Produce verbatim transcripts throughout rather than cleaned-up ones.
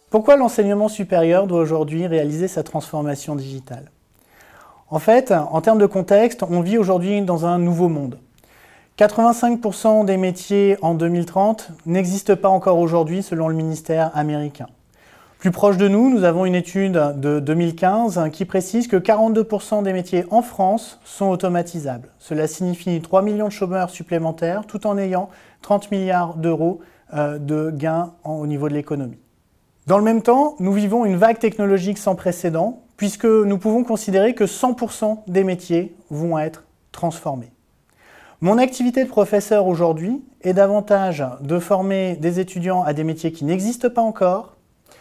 Pourquoi l'enseignement supérieur doit aujourd'hui réaliser sa transformation digitale? En fait, en termes de contexte, on vit aujourd'hui dans un nouveau monde. quatre-vingt-cinq pour cent des métiers en deux mille trente n'existent pas encore aujourd'hui selon le ministère américain. Plus proche de nous, nous avons une étude de deux mille quinze qui précise que quarante-deux pour cent des métiers en France sont automatisables. Cela signifie trois millions de chômeurs supplémentaires tout en ayant trente milliards d'euros de gains au niveau de l'économie. Dans le même temps, nous vivons une vague technologique sans précédent puisque nous pouvons considérer que cent pour cent des métiers vont être transformés. Mon activité de professeur aujourd'hui est davantage de former des étudiants à des métiers qui n'existent pas encore,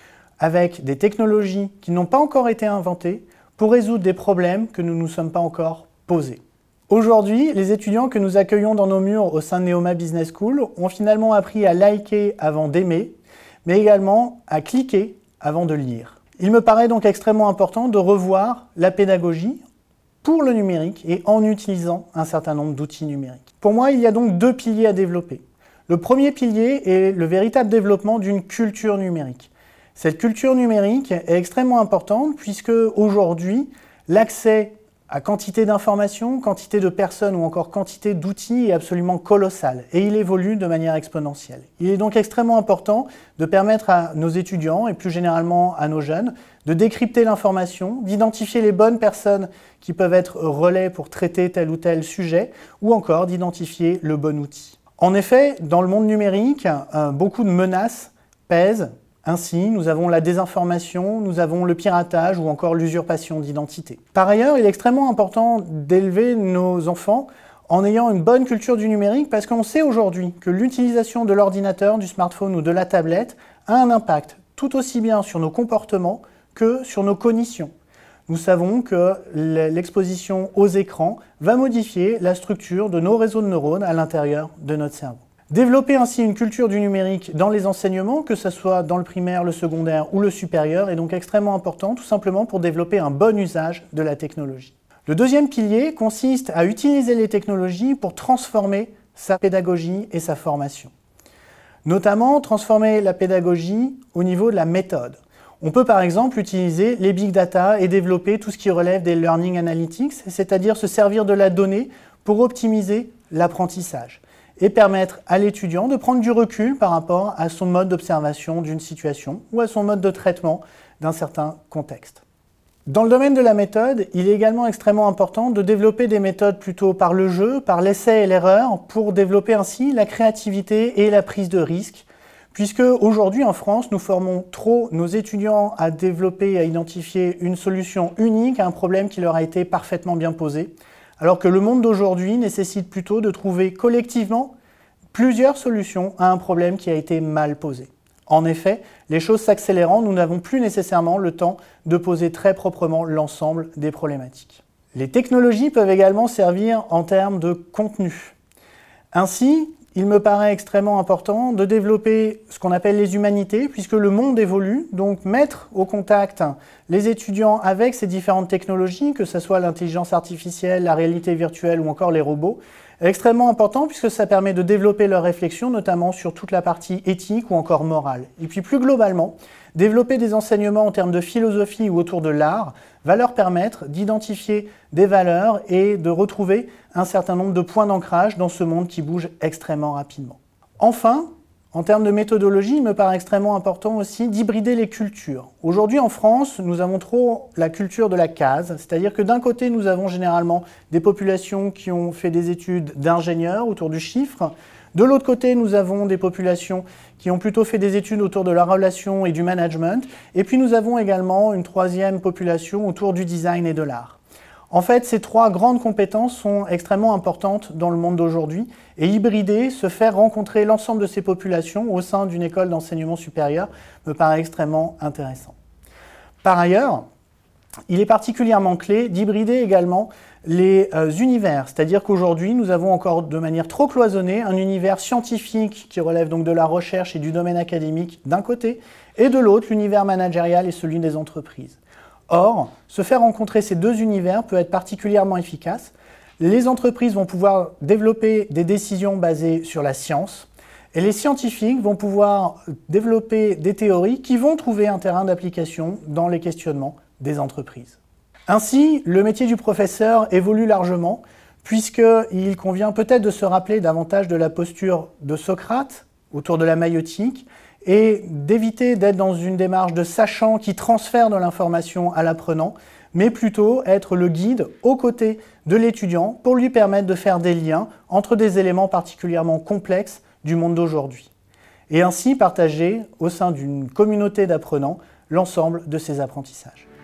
avec des technologies qui n'ont pas encore été inventées, pour résoudre des problèmes que nous ne nous sommes pas encore posés. Aujourd'hui, les étudiants que nous accueillons dans nos murs au sein de Neoma Business School ont finalement appris à liker avant d'aimer, mais également à cliquer avant de lire. Il me paraît donc extrêmement important de revoir la pédagogie pour le numérique et en utilisant un certain nombre d'outils numériques. Pour moi, il y a donc deux piliers à développer. Le premier pilier est le véritable développement d'une culture numérique. Cette culture numérique est extrêmement importante puisque aujourd'hui, l'accès à quantité d'informations, quantité de personnes ou encore quantité d'outils est absolument colossal et il évolue de manière exponentielle. Il est donc extrêmement important de permettre à nos étudiants et plus généralement à nos jeunes de décrypter l'information, d'identifier les bonnes personnes qui peuvent être relais pour traiter tel ou tel sujet ou encore d'identifier le bon outil. En effet, dans le monde numérique, beaucoup de menaces pèsent. Ainsi, nous avons la désinformation, nous avons le piratage ou encore l'usurpation d'identité. Par ailleurs, il est extrêmement important d'élever nos enfants en ayant une bonne culture du numérique parce qu'on sait aujourd'hui que l'utilisation de l'ordinateur, du smartphone ou de la tablette a un impact tout aussi bien sur nos comportements que sur nos cognitions. Nous savons que l'exposition aux écrans va modifier la structure de nos réseaux de neurones à l'intérieur de notre cerveau. Développer ainsi une culture du numérique dans les enseignements, que ce soit dans le primaire, le secondaire ou le supérieur, est donc extrêmement important, tout simplement pour développer un bon usage de la technologie. Le deuxième pilier consiste à utiliser les technologies pour transformer sa pédagogie et sa formation. Notamment, transformer la pédagogie au niveau de la méthode. On peut par exemple utiliser les big data et développer tout ce qui relève des learning analytics, c'est-à-dire se servir de la donnée pour optimiser l'apprentissage et permettre à l'étudiant de prendre du recul par rapport à son mode d'observation d'une situation ou à son mode de traitement d'un certain contexte. Dans le domaine de la méthode, il est également extrêmement important de développer des méthodes plutôt par le jeu, par l'essai et l'erreur, pour développer ainsi la créativité et la prise de risque, puisque aujourd'hui en France, nous formons trop nos étudiants à développer et à identifier une solution unique à un problème qui leur a été parfaitement bien posé, alors que le monde d'aujourd'hui nécessite plutôt de trouver collectivement plusieurs solutions à un problème qui a été mal posé. En effet, les choses s'accélérant, nous n'avons plus nécessairement le temps de poser très proprement l'ensemble des problématiques. Les technologies peuvent également servir en termes de contenu. Ainsi, il me paraît extrêmement important de développer ce qu'on appelle les humanités, puisque le monde évolue, donc mettre au contact les étudiants avec ces différentes technologies, que ce soit l'intelligence artificielle, la réalité virtuelle ou encore les robots, est extrêmement important puisque ça permet de développer leur réflexion, notamment sur toute la partie éthique ou encore morale. Et puis plus globalement, développer des enseignements en termes de philosophie ou autour de l'art va leur permettre d'identifier des valeurs et de retrouver un certain nombre de points d'ancrage dans ce monde qui bouge extrêmement rapidement. Enfin, en termes de méthodologie, il me paraît extrêmement important aussi d'hybrider les cultures. Aujourd'hui en France, nous avons trop la culture de la case, c'est-à-dire que d'un côté, nous avons généralement des populations qui ont fait des études d'ingénieurs autour du chiffre. De l'autre côté, nous avons des populations qui ont plutôt fait des études autour de la relation et du management. Et puis nous avons également une troisième population autour du design et de l'art. En fait, ces trois grandes compétences sont extrêmement importantes dans le monde d'aujourd'hui et hybrider, se faire rencontrer l'ensemble de ces populations au sein d'une école d'enseignement supérieur me paraît extrêmement intéressant. Par ailleurs, il est particulièrement clé d'hybrider également les euh, univers, c'est-à-dire qu'aujourd'hui, nous avons encore de manière trop cloisonnée un univers scientifique qui relève donc de la recherche et du domaine académique d'un côté, et de l'autre, l'univers managérial et celui des entreprises. Or, se faire rencontrer ces deux univers peut être particulièrement efficace. Les entreprises vont pouvoir développer des décisions basées sur la science, Et les scientifiques vont pouvoir développer des théories qui vont trouver un terrain d'application dans les questionnements des entreprises. Ainsi, le métier du professeur évolue largement, puisqu'il convient peut-être de se rappeler davantage de la posture de Socrate autour de la maïeutique et d'éviter d'être dans une démarche de sachant qui transfère de l'information à l'apprenant, mais plutôt être le guide aux côtés de l'étudiant pour lui permettre de faire des liens entre des éléments particulièrement complexes du monde d'aujourd'hui, et ainsi partager au sein d'une communauté d'apprenants l'ensemble de ces apprentissages.